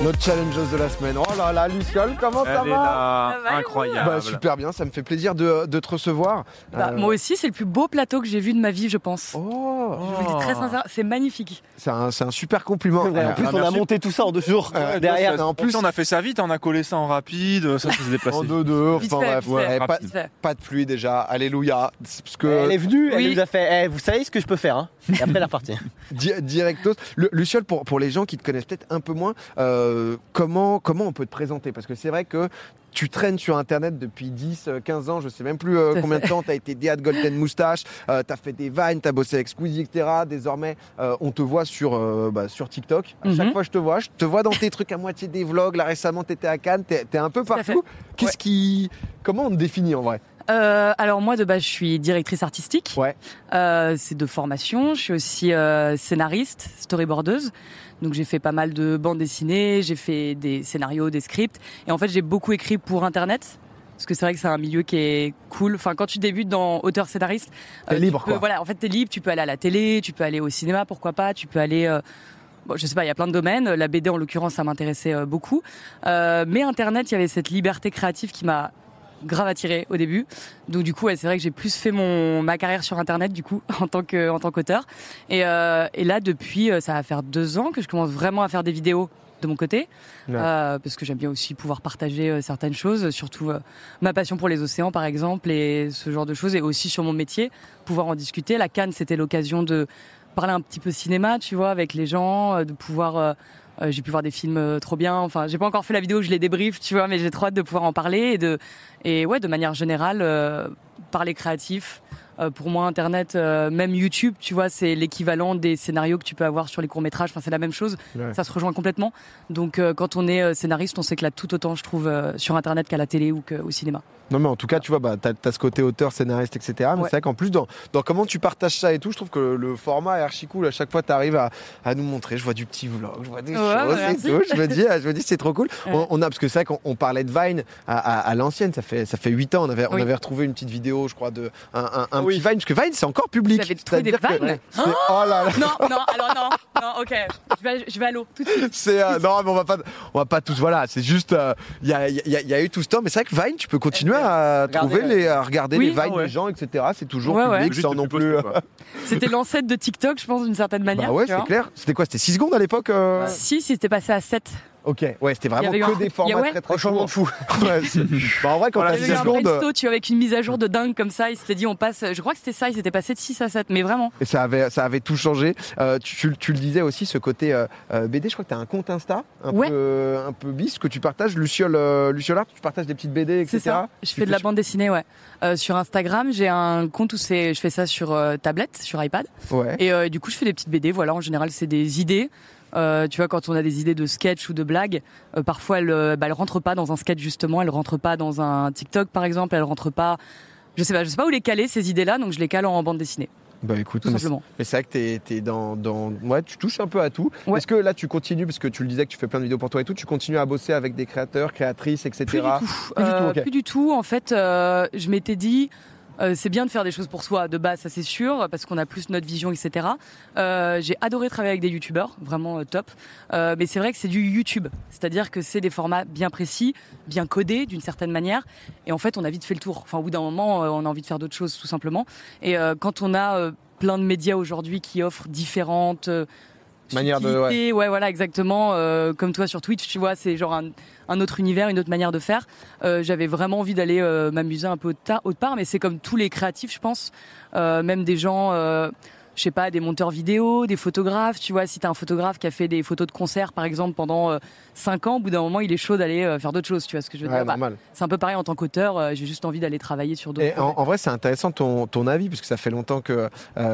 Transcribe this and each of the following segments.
Notre challengeuse de la semaine. Oh là là, Luciole, comment ça va? Elle est là, incroyable. Super bien, ça me fait plaisir de te recevoir. Moi aussi, c'est le plus beau plateau que j'ai vu de ma vie, je pense. Oh, Je vous le dis très sincèrement, c'est magnifique. c'est un super compliment. En plus, on a merci. monté tout ça en 2 jours. Derrière. En plus, on a fait ça vite, on a collé ça en rapide, ça s'est déplacé. en 2-2, Vite enfin fait, bref, vite ouais, fait. pas, Vite fait. pas de pluie déjà, alléluia. Parce que Elle est venue, Oui. elle nous a fait vous savez ce que je peux faire, hein. Et après, elle est repartie. directos. Luciole, pour les gens qui te connaissent peut-être un peu moins, comment on peut te présenter? Parce que c'est vrai que tu traînes sur Internet depuis 10, 15 ans, je sais même plus combien de temps, tu as été DA de Golden Moustache, tu as fait des vines, tu as bossé avec Squeezie, etc. Désormais, on te voit sur TikTok. À chaque fois je te vois dans tes trucs à moitié des vlogs. Là récemment, tu étais à Cannes, tu es un peu Tout à fait. partout. Comment on te définit en vrai? Alors moi, de base, je suis directrice artistique. Ouais. C'est de formation. Je suis aussi scénariste, storyboardeuse. Donc j'ai fait pas mal de bandes dessinées, j'ai fait des scénarios, des scripts. Et en fait, j'ai beaucoup écrit pour Internet. Parce que c'est vrai que c'est un milieu qui est cool. Enfin, quand tu débutes dans auteur-scénariste, T'es libre, quoi. Voilà, en fait, t'es libre. Tu peux aller à la télé, tu peux aller au cinéma, pourquoi pas. Tu peux aller... je sais pas, il y a plein de domaines. La BD, en l'occurrence, ça m'intéressait beaucoup. Mais Internet, il y avait cette liberté créative qui m'a grave attirée au début. Donc du coup, c'est vrai que j'ai plus fait ma carrière sur Internet du coup en tant qu'auteur. Et là, depuis, ça va faire 2 ans que je commence vraiment à faire des vidéos de mon côté, parce que j'aime bien aussi pouvoir partager certaines choses, surtout ma passion pour les océans par exemple et ce genre de choses, et aussi sur mon métier, pouvoir en discuter. La Cannes, c'était l'occasion de parler un petit peu cinéma, tu vois, avec les gens, de pouvoir... j'ai pu voir des films trop bien. Enfin, j'ai pas encore fait la vidéo où je les débriefe, tu vois, mais j'ai trop hâte de pouvoir en parler et de manière générale, parler créatif. Pour moi, Internet, même YouTube, tu vois, c'est l'équivalent des scénarios que tu peux avoir sur les courts-métrages. Enfin, c'est la même chose. Ouais. Ça se rejoint complètement. Donc, quand on est scénariste, on s'éclate tout autant, je trouve, sur Internet qu'à la télé ou qu'au cinéma. Non mais en tout cas tu vois t'as ce côté auteur, scénariste, etc. Mais Ouais. c'est vrai qu'en plus dans comment tu partages ça et tout, je trouve que le format est archi cool. À chaque fois t'arrives à nous montrer, je vois du petit vlog, je vois des choses et merci. tout. Je me dis c'est trop cool. Ouais. On a, parce que c'est vrai qu'on parlait de Vine à l'ancienne, ça fait 8 ans, on avait retrouvé une petite vidéo je crois de un petit Vine, parce que Vine c'est encore public. Vous avez trouvé des C'est-à-dire que- Vines oh là là. Non, ok. Je vais à l'eau tout de suite. C'est non mais on va pas tous, voilà, c'est juste il y a eu tout ce temps, mais c'est vrai que Vine tu peux continuer à regarder Oui. les Vines des gens, etc. C'est toujours Ouais, public, Juste sans non plus plus. poster, quoi. C'était l'ancêtre de TikTok, je pense, d'une certaine manière. Bah ouais, tu c'est vois. clair. C'était quoi? C'était 6 secondes à l'époque Si, c'était passé à 7. Ok, ouais, c'était vraiment Il y avait que eu des formats ouais. très très Franchement, courts. fou. Ouais, en vrai, quand Voilà, t'as Il y 6 avait eu un secondes, brainstorm, tu vois, avec une mise à jour de dingue comme ça, il s'était dit on passe, je crois que c'était ça, il s'était passé de 6 à 7, mais vraiment. et ça avait tout changé. Tu le disais aussi, ce côté BD, je crois que t'as un compte Insta, un peu bis, que tu partages, Luciolart, tu partages des petites BD, etc. C'est ça, je fais de la bande dessinée, ouais. Sur Instagram, j'ai un compte où je fais ça sur tablette, sur iPad. Ouais. Et du coup, je fais des petites BD, voilà, en général, c'est des idées. Tu vois, quand on a des idées de sketch ou de blagues, parfois elles rentrent pas dans un sketch justement, elles rentrent pas dans un TikTok par exemple, elles rentrent pas. Je sais pas où les caler ces idées-là, donc je les cale en bande dessinée. Bah écoute, Tout simplement. mais c'est vrai que t'es dans ouais, tu touches un peu à tout. Ouais. Est-ce que là tu continues, parce que tu le disais que tu fais plein de vidéos pour toi et tout, tu continues à bosser avec des créateurs, créatrices, etc. Plus du tout. Plus du tout, ok. Plus du tout. En fait, je m'étais dit, c'est bien de faire des choses pour soi, de base, ça c'est sûr, parce qu'on a plus notre vision, etc. J'ai adoré travailler avec des youtubeurs, vraiment top. Mais c'est vrai que c'est du YouTube, c'est-à-dire que c'est des formats bien précis, bien codés d'une certaine manière. Et en fait, on a vite fait le tour. Enfin, au bout d'un moment, on a envie de faire d'autres choses, tout simplement. Et quand on a plein de médias aujourd'hui qui offrent différentes Manière de- subtilités, ouais, voilà, exactement. Comme toi sur Twitch, tu vois, c'est genre un autre univers, une autre manière de faire. J'avais vraiment envie d'aller m'amuser un peu autre part, mais c'est comme tous les créatifs, je pense. Même des gens, je sais pas, des monteurs vidéo, des photographes. Tu vois, si t'as un photographe qui a fait des photos de concert, par exemple, pendant 5 ans, au bout d'un moment, il est chaud d'aller faire d'autres choses. Tu vois ce que je veux Ouais, dire? normal. C'est un peu pareil en tant qu'auteur. J'ai juste envie d'aller travailler sur d'autres Et projets. en vrai, c'est intéressant ton avis, parce que ça fait longtemps que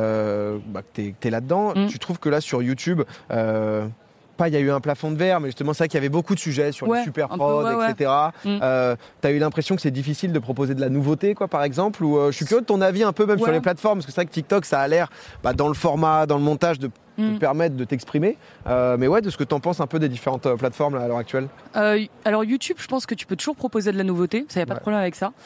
t'es là-dedans. Tu trouves que là, sur YouTube, il y a eu un plafond de verre, mais justement, c'est vrai qu'il y avait beaucoup de sujets sur les super un peu, prods, ouais. etc. T'as eu l'impression que c'est difficile de proposer de la nouveauté, quoi, par exemple, ou je suis curieux de ton avis un peu, même sur Ouais. les plateformes, parce que c'est vrai que TikTok, ça a l'air, dans le format, dans le montage, de te permettre de t'exprimer. Mais ouais, de ce que tu en penses un peu des différentes plateformes là, à l'heure actuelle. Alors YouTube, je pense que tu peux toujours proposer de la nouveauté, ça y a pas de problème avec ça.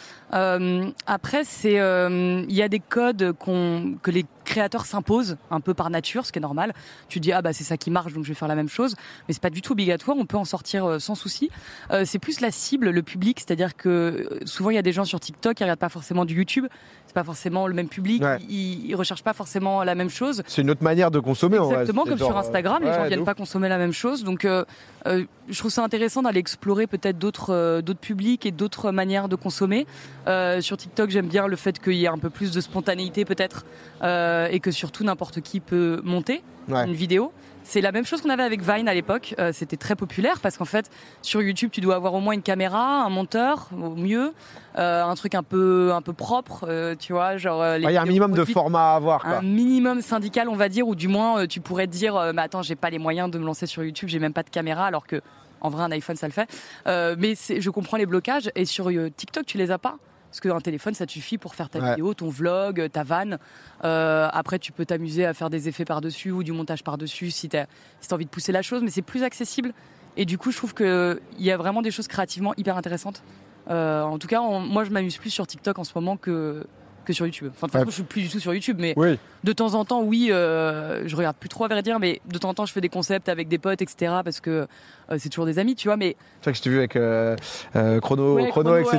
Après, il y a des codes que les créateurs s'imposent un peu par nature, ce qui est normal. Tu dis c'est ça qui marche, donc je vais faire la même chose, mais c'est pas du tout obligatoire. On peut en sortir sans souci. C'est plus la cible, le public, c'est-à-dire que souvent il y a des gens sur TikTok qui regardent pas forcément du YouTube. C'est pas forcément le même public, ils recherchent pas forcément la même chose. C'est une autre manière de consommer. Exactement, comme sur Instagram, les gens viennent pas consommer la même chose. Donc je trouve ça intéressant d'aller explorer peut-être d'autres publics et d'autres manières de consommer. Sur TikTok, j'aime bien le fait qu'il y ait un peu plus de spontanéité peut-être et que surtout n'importe qui peut monter une vidéo. C'est la même chose qu'on avait avec Vine à l'époque. C'était très populaire parce qu'en fait, sur YouTube, tu dois avoir au moins une caméra, un monteur, au mieux, un truc un peu propre, tu vois, genre. Il y a un minimum de format à avoir. Quoi. Un minimum syndical, on va dire, ou du moins, tu pourrais te dire, mais attends, j'ai pas les moyens de me lancer sur YouTube, j'ai même pas de caméra, alors que, en vrai, un iPhone, ça le fait. Mais je comprends les blocages. Et sur TikTok, tu les as pas. Parce qu'un téléphone, ça te suffit pour faire ta vidéo, ton vlog, ta vanne. Après, tu peux t'amuser à faire des effets par-dessus ou du montage par-dessus si t'as envie de pousser la chose, mais c'est plus accessible. Et du coup, je trouve qu'il y a vraiment des choses créativement hyper intéressantes. En tout cas, moi, je m'amuse plus sur TikTok en ce moment que sur YouTube. Enfin, de toute façon, je suis plus du tout sur YouTube, mais de temps en temps, je regarde plus trop à vrai dire, mais de temps en temps, je fais des concepts avec des potes, etc. Parce que c'est toujours des amis, tu vois. Mais c'est vrai que je t'ai vu avec Chrono, etc.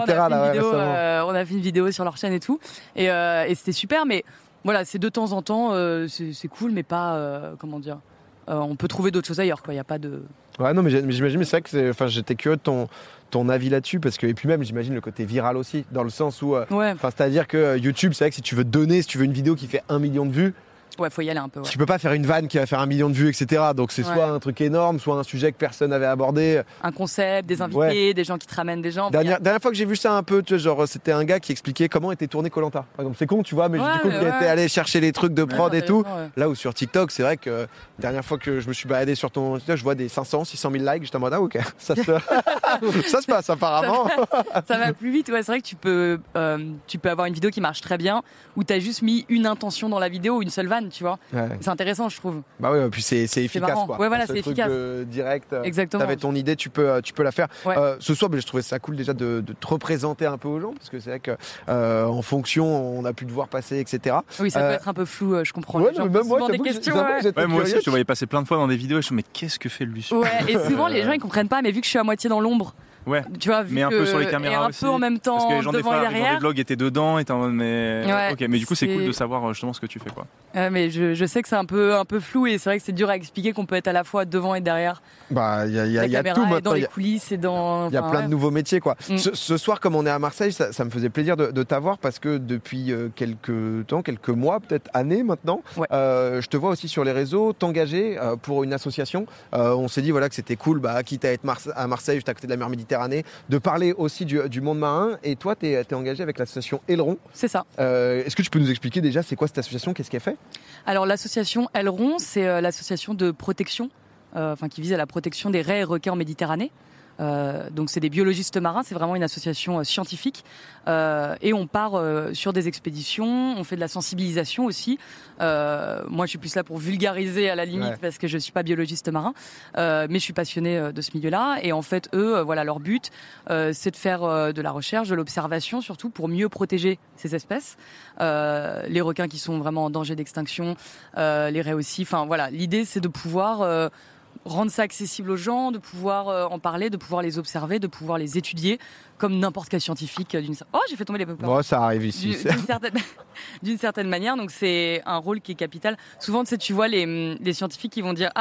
On a fait une vidéo sur leur chaîne et tout, et c'était super. Mais voilà, c'est de temps en temps, c'est cool, mais pas comment dire. On peut trouver d'autres choses ailleurs, quoi. Il y a pas de. Ouais, non, mais j'imagine, mais c'est vrai que j'étais curieux de ton avis là-dessus, parce que, et puis même, j'imagine le côté viral aussi, dans le sens où, c'est-à-dire que YouTube, c'est vrai que si tu veux une vidéo qui fait 1 million de vues, faut y aller un peu. Tu peux pas faire une vanne qui va faire 1 million de vues, etc. Donc c'est soit un truc énorme, soit un sujet que personne n'avait abordé. Un concept, des invités, des gens qui te ramènent des gens. Dernière fois que j'ai vu ça un peu, tu vois, genre c'était un gars qui expliquait comment était tourné Koh-Lanta. Par exemple, c'est con, tu vois, mais du coup, il était allé chercher les trucs de prod et tout. Là où sur TikTok, c'est vrai que dernière fois que je me suis baladé sur ton TikTok, je vois des 500, 600 000 likes. J'étais en mode ok, ça se passe apparemment. Ça va plus vite. Ouais, c'est vrai que tu peux avoir une vidéo qui marche très bien où t'as juste mis une intention dans la vidéo, une seule vanne, tu vois. C'est intéressant, je trouve. Bah oui, puis c'est efficace, quoi. Ouais, voilà, c'est efficace. Direct. Exactement. T'avais ton idée, tu peux la faire. Ce soir, je trouvais ça cool déjà de te représenter un peu aux gens, parce que c'est vrai que en fonction, on a pu te voir passer, etc. Oui, ça peut être un peu flou, je comprends. Ouais, les gens même moi, souvent des questions. Moi aussi, je te voyais passer plein de fois dans des vidéos et je me suis dit, mais qu'est-ce que fait Lucie ? Ouais, et souvent les gens ils comprennent pas, mais vu que je suis à moitié dans l'ombre. Ouais, tu vois, mais un peu sur les caméras aussi. Et un peu en même temps, parce que les gens devant des et fois, derrière. dans les vlogs étaient dedans, étaient en mode mais du coup c'est cool de savoir justement ce que tu fais, quoi. Mais je sais que c'est un peu flou et c'est vrai que c'est dur à expliquer qu'on peut être à la fois devant et derrière. Bah il y a tout maintenant. Dans les coulisses et dans. Il y a plein de nouveaux métiers, quoi. Ce soir, comme on est à Marseille, ça me faisait plaisir de t'avoir parce que depuis quelques mois, peut-être années maintenant, je te vois aussi sur les réseaux t'engager pour une association. On s'est dit voilà que c'était cool, quitte à être à Marseille, juste à côté de la mer Méditerranée, de parler aussi du monde marin. Et toi, tu es engagé avec l'association Aileron. C'est ça. Est-ce que tu peux nous expliquer déjà c'est quoi cette association, qu'est-ce qu'elle fait ? Alors l'association Aileron, c'est l'association de protection, qui vise à la protection des raies et requins en Méditerranée. Donc c'est des biologistes marins, c'est vraiment une association scientifique et on part sur des expéditions, on fait de la sensibilisation aussi. Moi je suis plus là pour vulgariser à la limite parce que je suis pas biologiste marin, mais je suis passionnée de ce milieu-là et en fait eux, leur but c'est de faire de la recherche, de l'observation surtout pour mieux protéger ces espèces, les requins qui sont vraiment en danger d'extinction, les raies aussi. Enfin voilà, l'idée c'est de pouvoir rendre ça accessible aux gens, de pouvoir en parler, de pouvoir les observer, de pouvoir les étudier comme n'importe quel scientifique. Oh, j'ai fait tomber les popcorn. Bon, ça arrive ici. D'une certaine manière, donc c'est un rôle qui est capital. Souvent, tu vois les scientifiques qui vont dire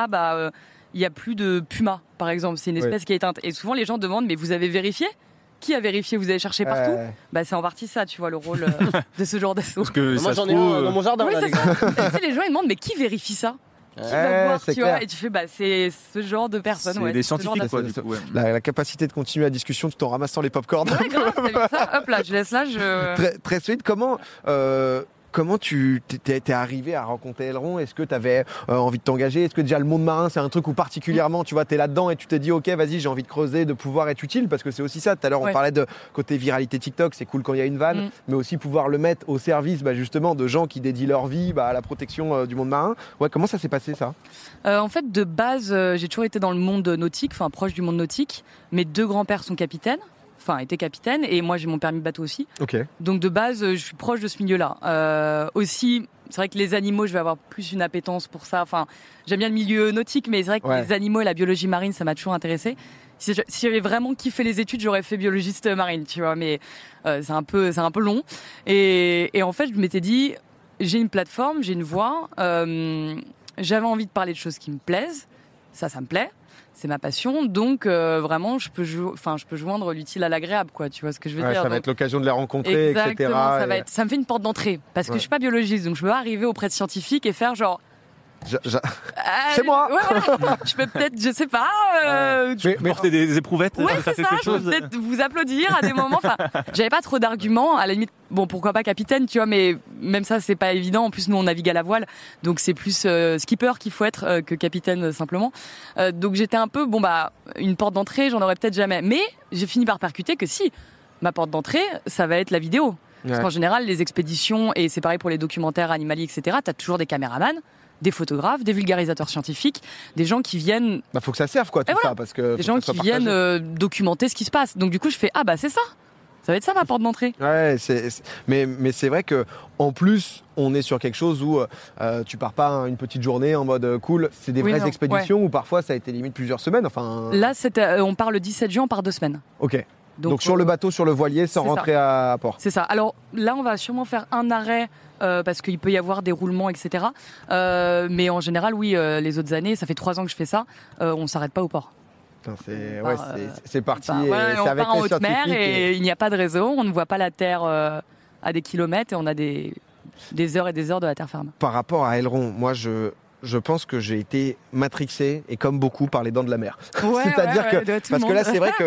il y a plus de puma, par exemple, c'est une espèce qui est éteinte. Et souvent, les gens demandent mais vous avez vérifié ? Qui a vérifié ? Vous avez cherché partout ? C'est en partie ça, tu vois, le rôle de ce genre d'assaut. Moi, j'en ai un dans mon jardin. Oui, c'est ça. Les gens ils demandent mais qui vérifie ça ? Qui va voir, tu vois, et tu fais c'est ce genre de personnes. C'est des scientifiques, quoi. La capacité de continuer la discussion tout en ramassant les pop-corn. Ouais, grave, t'as vu ça ? Hop là, je laisse là. Très sweet. Comment comment tu t'es arrivé à rencontrer Aileron? Est-ce que tu avais envie de t'engager? Est-ce que déjà le monde marin, c'est un truc où particulièrement, tu vois, tu es là-dedans et tu te dis, ok, vas-y, j'ai envie de creuser, de pouvoir être utile, parce que c'est aussi ça. Tout à l'heure, on parlait de côté viralité TikTok, c'est cool quand il y a une vanne, mais aussi pouvoir le mettre au service justement de gens qui dédient leur vie à la protection du monde marin. Ouais, comment ça s'est passé ça? En fait, de base, j'ai toujours été dans le monde nautique, enfin proche du monde nautique. Mes 2 grands-pères sont capitaines. Enfin, était capitaine, et moi j'ai mon permis de bateau aussi. Okay. Donc de base, je suis proche de ce milieu-là. Aussi, c'est vrai que les animaux, je vais avoir plus une appétence pour ça. Enfin, j'aime bien le milieu nautique, mais c'est vrai que les animaux et la biologie marine, ça m'a toujours intéressé. Si j'avais vraiment kiffé les études, j'aurais fait biologiste marine, tu vois. Mais c'est un peu long. Et en fait, je m'étais dit, j'ai une plateforme, j'ai une voix. J'avais envie de parler de choses qui me plaisent. Ça me plaît. C'est ma passion, donc vraiment je peux joindre l'utile à l'agréable, quoi. Tu vois ce que je veux dire? Ça va être l'occasion de les rencontrer, exactement, etc. Ça me fait une porte d'entrée parce que je suis pas biologiste, donc je peux pas arriver auprès de scientifiques et faire genre. C'est moi. Je peux peut-être, je sais pas. Porter des éprouvettes. Ouais, c'est ça. Je peux peut-être vous applaudir à des moments. Enfin, j'avais pas trop d'arguments. À la limite, bon, pourquoi pas capitaine, tu vois, mais même ça, c'est pas évident. En plus, nous, on navigue à la voile, donc c'est plus skipper qu'il faut être que capitaine simplement. Donc j'étais un peu, une porte d'entrée, j'en aurais peut-être jamais. Mais j'ai fini par percuter que si, ma porte d'entrée, ça va être la vidéo. Parce qu'en général, les expéditions, et c'est pareil pour les documentaires animaliers, etc., t'as toujours des caméramans, des photographes, des vulgarisateurs scientifiques, des gens qui viennent... faut que ça serve, quoi, tout ça, parce que... Des gens qui viennent documenter ce qui se passe. Donc du coup, je fais, c'est ça. Ça va être ça, ma porte d'entrée. Ouais, mais c'est vrai que en plus, on est sur quelque chose où tu pars pas une petite journée en mode cool. C'est des vraies expéditions où parfois ça a été limite plusieurs semaines. Enfin... Là, on part le 17 juin, on part 2 semaines. Ok. Donc sur le bateau, sur le voilier, sans rentrer à port. C'est ça. Alors là, on va sûrement faire un arrêt parce qu'il peut y avoir des roulements, etc. Mais en général, oui, les autres années, ça fait 3 ans que je fais ça, on s'arrête pas au port. C'est parti. On part en haute mer et il n'y a pas de réseau, on ne voit pas la terre à des kilomètres et on a des heures et des heures de la terre ferme. Par rapport à Aileron, moi je pense que j'ai été matrixé, et comme beaucoup, par les dents de la mer. C'est-à-dire parce que là, c'est vrai que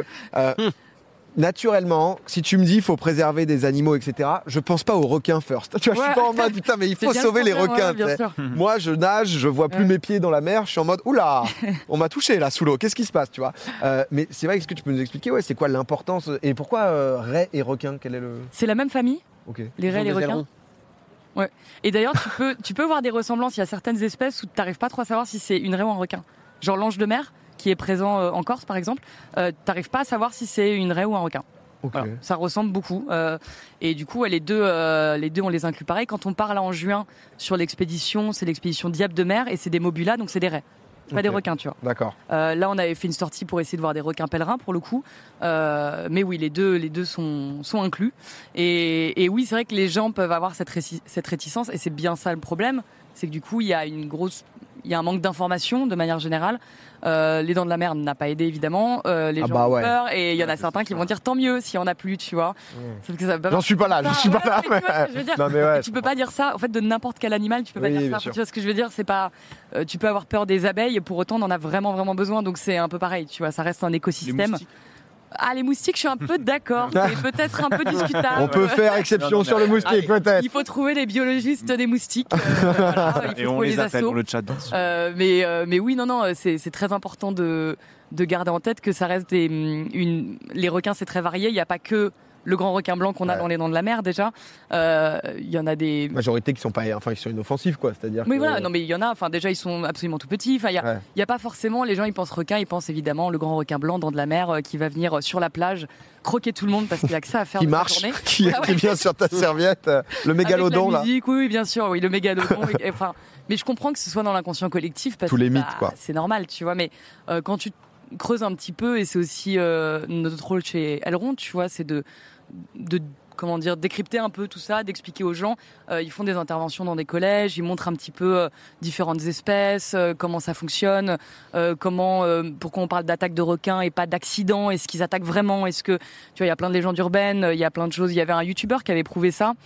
naturellement, si tu me dis il faut préserver des animaux, etc., je pense pas aux requins first. Tu vois, je suis pas en mode putain, mais il faut sauver les requins. Moi, je nage, je vois plus mes pieds dans la mer, je suis en mode oula, on m'a touché là sous l'eau. Qu'est-ce qui se passe, tu vois? Mais c'est vrai, est-ce que tu peux nous expliquer, c'est quoi l'importance et pourquoi raies et requins? Quel est le... C'est la même famille. Okay. Les raies et les requins. Ouais. Et d'ailleurs, tu peux voir des ressemblances. Il y a certaines espèces où tu n'arrives pas trop à savoir si c'est une raie ou un requin. Genre l'ange de mer, qui est présent en Corse par exemple, t'arrives pas à savoir si c'est une raie ou un requin. Okay. Voilà, ça ressemble beaucoup et du coup les deux on les inclut pareil. Quand on part là en juin sur l'expédition, c'est l'expédition Diable de mer et c'est des mobulas, donc c'est des raies, pas des requins, tu vois. D'accord. Là on avait fait une sortie pour essayer de voir des requins pèlerins pour le coup, mais oui, les deux sont inclus et oui, c'est vrai que les gens peuvent avoir cette réticence et c'est bien ça le problème, c'est que du coup il y a un manque d'information de manière générale. Les dents de la mer n'a pas aidé évidemment. Les gens ont peur et il y en a certains qui vont dire tant mieux si on a plus, tu vois. J'en suis pas là, je suis pas là. Tu vois ce que je veux dire. Tu peux pas dire ça. En fait, de n'importe quel animal, tu peux pas dire ça. Tu vois ce que je veux dire. C'est pas. Tu peux avoir peur des abeilles, pour autant, on en a vraiment vraiment besoin. Donc c'est un peu pareil. Tu vois, ça reste un écosystème. Les moustiques, je suis un peu d'accord, mais peut-être un peu discutable. On peut faire exception sur le moustique, peut-être. Il faut trouver les biologistes des moustiques. Et on les appelle dans le chat. Mais oui, non, c'est très important de garder en tête que ça reste les requins, c'est très varié. Il n'y a pas que le grand requin blanc qu'on a dans les dents de la mer déjà. Il y en a des majorité qui sont pas, ils sont inoffensifs, quoi. C'est-à-dire. Oui, voilà. Non, mais il y en a. Enfin, déjà, ils sont absolument tout petits. Enfin, il y a pas forcément. Les gens, ils pensent requin, ils pensent évidemment le grand requin blanc dents de la mer qui va venir sur la plage croquer tout le monde parce qu'il y a que ça à faire. Qui marche, qui vient sur ta serviette, le mégalodon là. Oui, bien sûr, oui, le mégalodon. Enfin, mais je comprends que ce soit dans l'inconscient collectif parce tous les mythes, quoi. C'est normal, tu vois. Mais quand tu creuses un petit peu, et c'est aussi notre rôle chez Aileron, tu vois, c'est de comment dire, décrypter un peu tout ça, d'expliquer aux gens. Ils font des interventions dans des collèges, ils montrent un petit peu différentes espèces, comment ça fonctionne, pourquoi on parle d'attaque de requins et pas d'accident, est-ce qu'ils attaquent vraiment, est-ce que, tu vois, il y a plein de légendes urbaines, il y a plein de choses. Il y avait un youtubeur qui avait prouvé ça.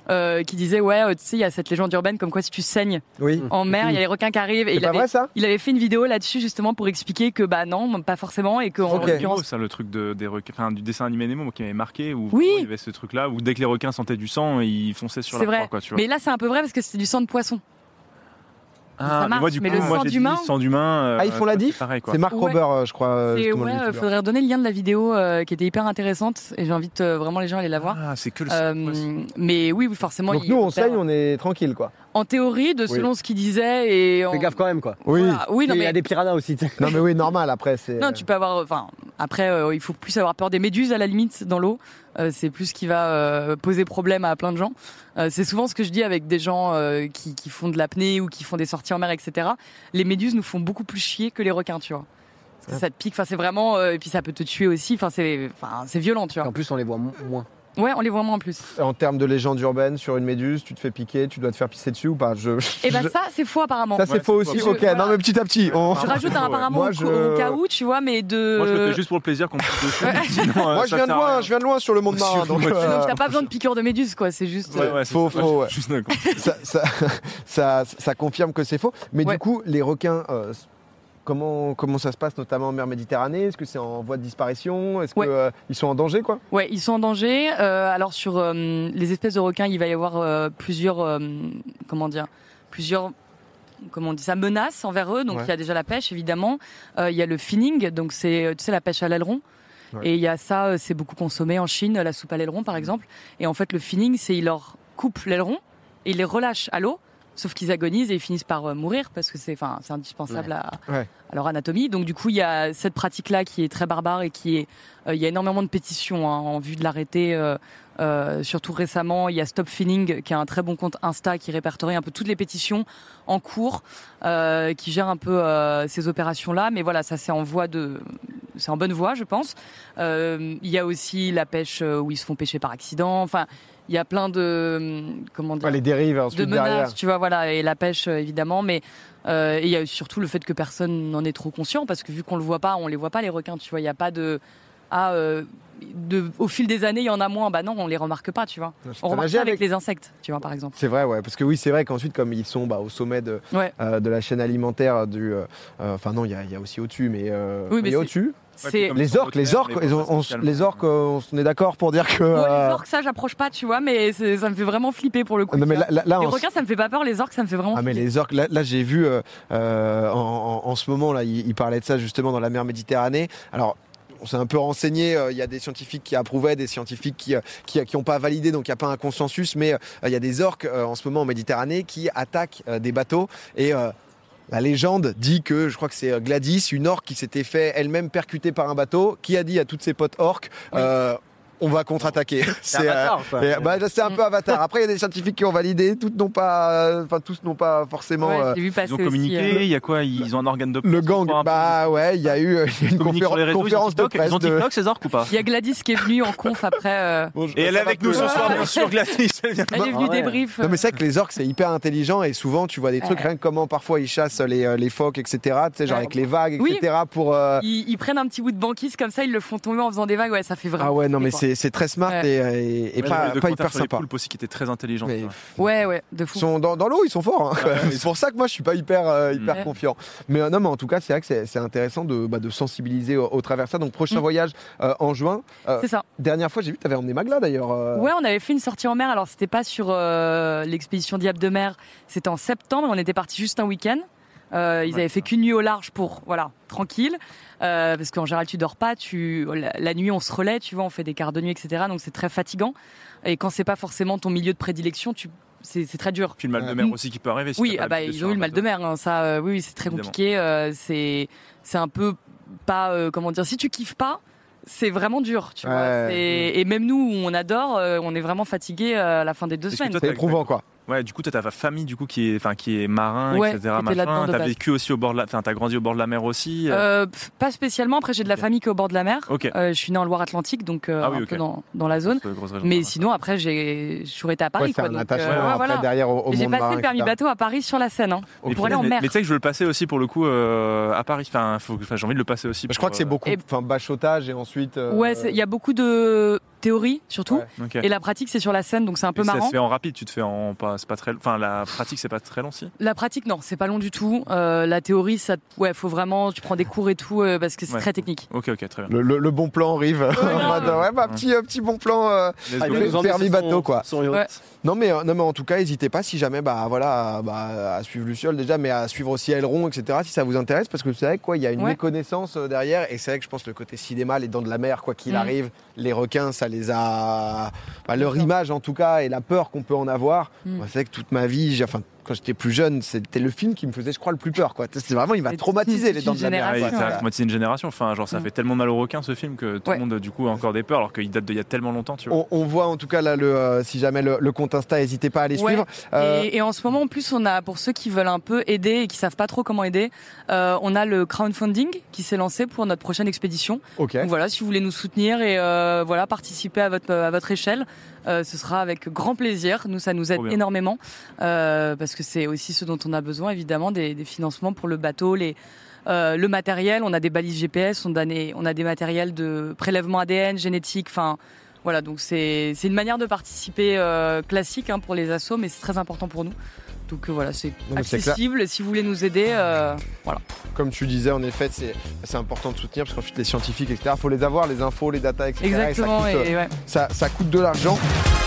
qui disait ouais, tu sais, il y a cette légende urbaine comme quoi si tu saignes en mer, il y a les requins qui arrivent. Et c'est pas vrai ça ? Il avait fait une vidéo là-dessus justement pour expliquer que bah non, pas forcément, et que en l'occurrence, c'est le truc des requins, du dessin animé Nemo qui m'avait marqué, où il y avait ce truc-là où dès que les requins sentaient du sang, ils fonçaient sur la proie, quoi, tu vois. Mais là, c'est un peu vrai parce que c'était du sang de poisson. Ah, ça marche, mais le sang d'humain. Ils font la diff. Pareil, quoi. C'est Mark Rober, je crois. Il faudrait redonner le lien de la vidéo qui était hyper intéressante et j'invite vraiment les gens à aller la voir. Ah, c'est que le sang. Mais oui, forcément. Donc nous, on saigne, on est tranquille, quoi. En théorie, selon ce qu'il disait. Et fais gaffe quand même, quoi. Oui. Voilà. Oui, non, il y a des piranhas aussi. Non, mais oui, normal. Après, c'est. Non, tu peux avoir. Enfin, après, il faut plus avoir peur des méduses à la limite dans l'eau. C'est plus ce qui va poser problème à plein de gens. C'est souvent ce que je dis avec des gens qui font de l'apnée ou qui font des sorties en mer, etc. Les méduses nous font beaucoup plus chier que les requins, tu vois. Parce que ça te pique. Enfin, c'est vraiment. Et puis ça peut te tuer aussi. Enfin, c'est violent, tu vois. En plus, on les voit moins. Ouais, on les voit moins en plus. En termes de légende urbaine, sur une méduse, tu te fais piquer, tu dois te faire pisser dessus ou pas ? Et ça, c'est faux apparemment. Ça, c'est faux aussi. Ok, non, mais petit à petit. Je rajoute apparemment au cas où, tu vois, mais Moi, je le fais juste pour le plaisir qu'on puisse dessus. Moi, je viens de loin sur le monde marin. Donc, t'as pas besoin de piqûre de méduse, quoi. C'est juste. Faux. Ça confirme que c'est faux. Mais du coup, les requins. Comment ça se passe, notamment en mer Méditerranée ? Est-ce que c'est en voie de disparition ? Est-ce qu'ils sont en danger, quoi ? Ouais, ils sont en danger. Alors sur les espèces de requins, il va y avoir plusieurs menaces envers eux. Donc il y a déjà la pêche, évidemment. Il y a le finning, donc c'est la pêche à l'aileron. Ouais. Et il y a ça, c'est beaucoup consommé en Chine, la soupe à l'aileron par exemple. Et en fait, le finning, c'est ils leur coupent l'aileron et ils les relâchent à l'eau. Sauf qu'ils agonisent et ils finissent par mourir parce que c'est indispensable à leur anatomie. Donc du coup, il y a cette pratique-là qui est très barbare et il y a énormément de pétitions en vue de l'arrêter. Surtout récemment, il y a Stop Finning qui a un très bon compte Insta qui répertorie un peu toutes les pétitions en cours, qui gère un peu ces opérations-là. Mais voilà, ça c'est en bonne voie, je pense. Il y a aussi la pêche où ils se font pêcher par accident. Enfin. Il y a plein de les dérives ensuite de menaces, derrière. Tu vois, voilà, et la pêche évidemment, mais et il y a surtout le fait que personne n'en est trop conscient parce que vu qu'on on les voit pas les requins, tu vois, il y a pas au fil des années, il y en a moins. Bah non, on les remarque pas, tu vois. On remarque ça avec les insectes, tu vois, par exemple. C'est vrai, ouais, parce que oui, c'est vrai qu'ensuite, comme ils sont au sommet de la chaîne alimentaire enfin non, il y a aussi au-dessus, mais il y a au-dessus. Les orques, on est d'accord pour dire que. Les orques, ça, j'approche pas, tu vois, mais ça me fait vraiment flipper pour le coup. Non, mais les requins, ça me fait pas peur. Les orques, ça me fait vraiment flipper. Mais les orques, là j'ai vu en ce moment, là, il parlait de ça justement dans la mer Méditerranée. Alors. On s'est un peu renseigné, il y a des scientifiques qui approuvaient, des scientifiques qui n'ont pas validé, donc il n'y a pas un consensus, mais il y a des orques en ce moment en Méditerranée qui attaquent des bateaux et la légende dit que, je crois que c'est Gladys, une orque qui s'était fait elle-même percuter par un bateau, qui a dit à toutes ses potes orques on va contre-attaquer. C'est Avatar, quoi. C'est un peu Avatar. Après, il y a des scientifiques qui ont validé, tous n'ont pas forcément. Ils ont communiqué. Il y a quoi ? Ils ont un organe de presse. Le gang. Il y a eu une conférence de presse. Ils ont TikTok, ces orques ou pas ? Il y a Gladys qui est venue en conf après. Et elle est avec nous ce soir, bien sûr, Gladys. Elle est venue débrief. Non, mais c'est vrai que les orques, c'est hyper intelligent et souvent, tu vois des trucs, rien que comment parfois ils chassent les phoques, etc. Tu sais, genre avec les vagues, etc. Pour. Ils prennent un petit bout de banquise comme ça, ils le font tomber en faisant des vagues. Ouais, ça fait vraiment. Ah ouais, non, mais c'est très smart et pas hyper sympa. Les poulpes aussi qui étaient très intelligents. Ouais, de fou. Ils sont dans l'eau, ils sont forts. C'est pour ça que moi je suis pas hyper confiant. Mais non, mais en tout cas, c'est vrai que c'est intéressant de sensibiliser au travers de ça. Donc prochain voyage en juin. C'est ça. Dernière fois, j'ai vu que tu avais emmené Magla d'ailleurs. Ouais, on avait fait une sortie en mer. Alors c'était pas sur l'expédition Diable de mer, c'était en septembre. On était parti juste un week-end. Ils avaient fait qu'une nuit au large pour tranquille. Parce qu'en général tu dors pas, la nuit on se relaie, tu vois, on fait des quarts de nuit, etc. Donc c'est très fatigant. Et quand c'est pas forcément ton milieu de prédilection, c'est très dur. Puis le mal de mer aussi qui peut arriver. Oui, ils ont eu le mal de mer. Hein, ça, oui, c'est très compliqué. C'est un peu pas si tu kiffes pas. C'est vraiment dur, tu vois. Et même nous, on adore, on est vraiment fatigués à la fin des 2 semaines. C'est éprouvant, quoi. Ouais, du coup, t'as ta famille, du coup, qui est marin, etc. T'as vécu aussi au bord de t'as grandi au bord de la mer aussi. Pas spécialement. Après, j'ai de la famille qui est au bord de la mer. Okay. Je suis né en Loire-Atlantique, donc un peu dans la zone. Mais sinon, après, j'ai toujours été à Paris. C'est un attachement après derrière au monde marin. J'ai passé le permis bateau à Paris sur la Seine, pour aller en mer. Mais tu sais que je veux le passer aussi pour le coup à Paris. J'ai envie de le passer aussi. Je crois que c'est beaucoup, bachotage et ensuite. Ouais, il y a beaucoup de théorie surtout, Okay. et la pratique c'est sur la scène, donc c'est un peu marrant. Ça se fait en rapide, tu te fais en pas, c'est pas très, enfin la pratique c'est pas très long si. La pratique non, c'est pas long du tout. La théorie, ça, faut vraiment, tu prends des cours et tout parce que c'est très technique. Ok, très bien. Le bon plan arrive. Petit bon plan. Permis bateau quoi. Non mais en tout cas, n'hésitez pas si jamais à suivre Luciole déjà, mais à suivre aussi Aileron, etc. Si ça vous intéresse, parce que c'est vrai quoi, il y a une méconnaissance derrière, et c'est vrai que je pense que le côté cinéma, les dents de la mer, quoi qu'il arrive, les requins, ça les a, leur image en tout cas, et la peur qu'on peut en avoir. Moi, c'est vrai que toute ma vie, quand j'étais plus jeune, c'était le film qui me faisait, je crois, le plus peur, quoi. C'est vraiment, il m'a traumatisé, les dents de la mer. Il a traumatisé une génération. Enfin, genre, ça fait tellement mal aux requins, ce film, que tout le monde, du coup, a encore des peurs, alors qu'il date d'il y a tellement longtemps, tu vois. On voit, en tout cas, là, si jamais le compte Insta, n'hésitez pas à les suivre. Et en ce moment, en plus, on a, pour ceux qui veulent un peu aider et qui savent pas trop comment aider, on a le crowdfunding qui s'est lancé pour notre prochaine expédition. Okay. Donc voilà, si vous voulez nous soutenir et participer à votre échelle, ce sera avec grand plaisir. Nous, ça nous aide énormément parce que c'est aussi ce dont on a besoin, évidemment, des financements pour le bateau, le matériel. On a des balises GPS, on a des matériels de prélèvement ADN, génétique, enfin voilà. Donc c'est une manière de participer classique pour les assos, mais c'est très important pour nous. Donc voilà, c'est accessible. Si vous voulez nous aider, voilà. Comme tu disais, en effet, c'est important de soutenir parce qu'ensuite les scientifiques, etc., il faut les avoir, les infos, les datas, etc. Exactement. Et ça coûte de l'argent.